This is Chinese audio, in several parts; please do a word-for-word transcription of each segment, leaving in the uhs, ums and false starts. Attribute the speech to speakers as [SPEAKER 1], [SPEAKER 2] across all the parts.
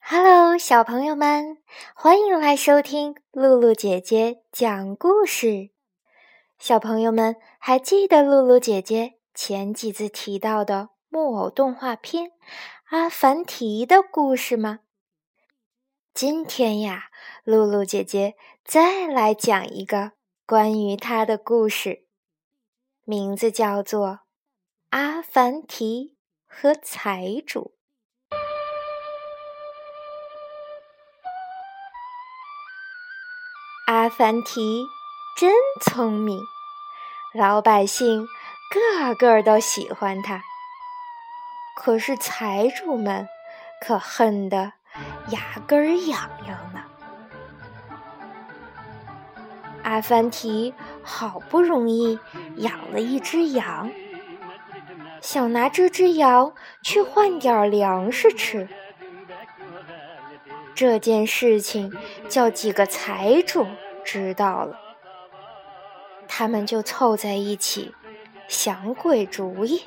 [SPEAKER 1] Hello， 小朋友们，欢迎来收听露露姐姐讲故事。小朋友们还记得露露姐姐前几次提到的木偶动画片《阿凡提》的故事吗？今天呀，露露姐姐再来讲一个关于她的故事，名字叫做《阿凡提和财主》。阿凡提真聪明，老百姓个个都喜欢他。可是财主们可恨得牙根儿痒痒呢。阿凡提好不容易养了一只羊，想拿这只羊去换点粮食吃。这件事情叫几个财主知道了，他们就凑在一起想鬼主意。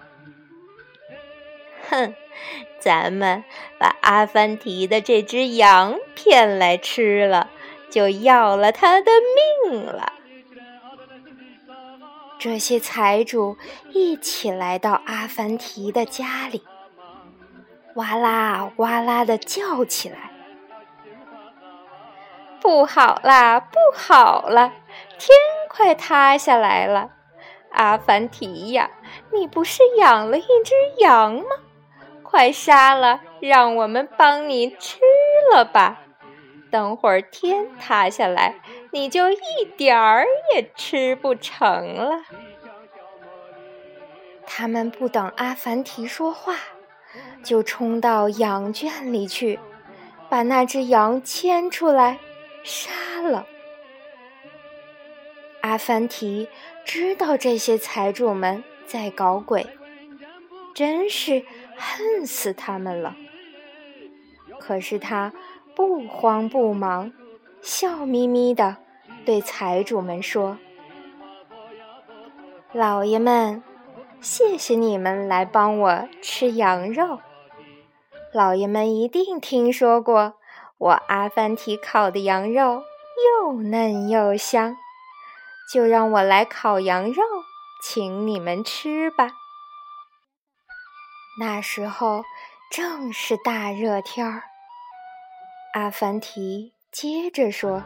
[SPEAKER 1] 哼，咱们把阿凡提的这只羊骗来吃了，就要了他的命了。这些财主一起来到阿凡提的家里，哇啦哇啦地叫起来。不好啦，不好了，天快塌下来了！阿凡提呀，你不是养了一只羊吗？快杀了，让我们帮你吃了吧！等会儿天塌下来，你就一点儿也吃不成了。他们不等阿凡提说话，就冲到羊圈里去，把那只羊牵出来杀了。阿凡提知道这些财主们在搞鬼，真是恨死他们了。可是他不慌不忙，笑眯眯地对财主们说：老爷们，谢谢你们来帮我吃羊肉。老爷们一定听说过我阿凡提烤的羊肉又嫩又香，就让我来烤羊肉请你们吃吧。那时候正是大热天儿，阿凡提接着说：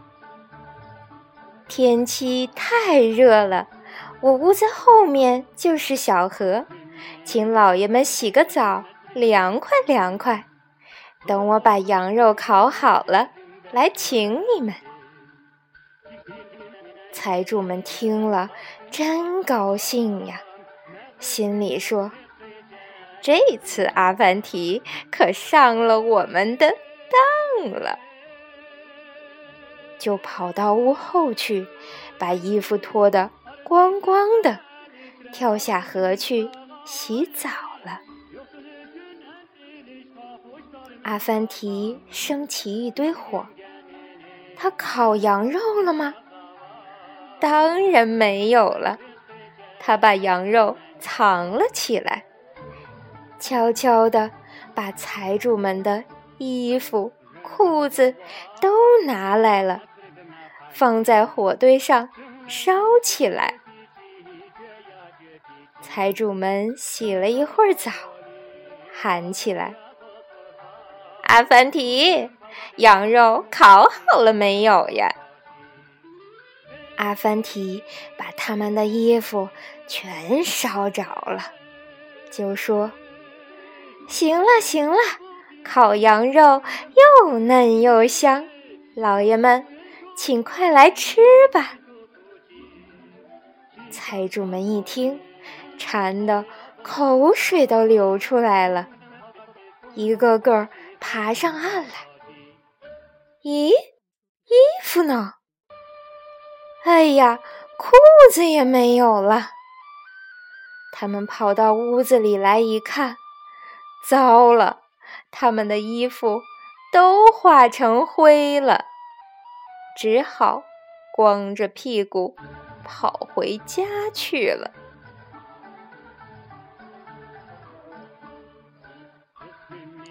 [SPEAKER 1] 天气太热了，我屋子后面就是小河，请老爷们洗个澡，凉快凉快。等我把羊肉烤好了，来请你们。财主们听了真高兴呀，心里说：这次阿凡提可上了我们的当了。就跑到屋后去，把衣服脱得光光的，跳下河去洗澡了。阿凡提升起一堆火，他烤羊肉了吗？当然没有了，他把羊肉藏了起来，悄悄地把财主们的衣服、裤子都拿来了，放在火堆上烧起来。财主们洗了一会儿澡，喊起来：阿凡提，羊肉烤好了没有呀？阿凡提把他们的衣服全烧着了，就说：行了行了，烤羊肉又嫩又香，老爷们请快来吃吧。财主们一听，馋得口水都流出来了，一个个爬上岸来。咦，衣服呢？哎呀，裤子也没有了。他们跑到屋子里来一看，糟了，他们的衣服都化成灰了，只好光着屁股跑回家去了。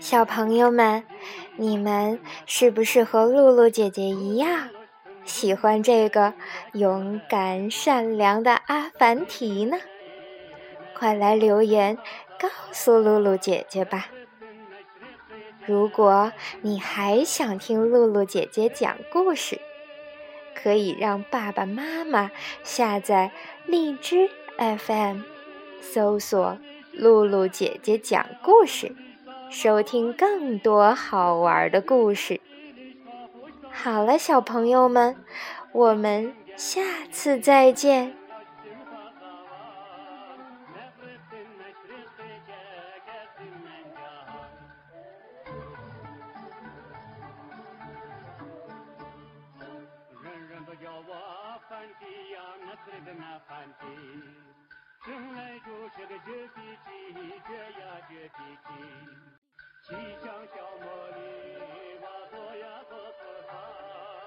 [SPEAKER 1] 小朋友们，你们是不是和露露姐姐一样，喜欢这个勇敢善良的阿凡提呢？快来留言告诉露露姐姐吧。如果你还想听露露姐姐讲故事，可以让爸爸妈妈下载荔枝 F M， 搜索露露姐姐讲故事，收听更多好玩的故事。好了，小朋友们，我们下次再见。
[SPEAKER 2] 叫我反击呀，那是个那反击，生来就是个倔脾气，倔呀倔脾气，气象。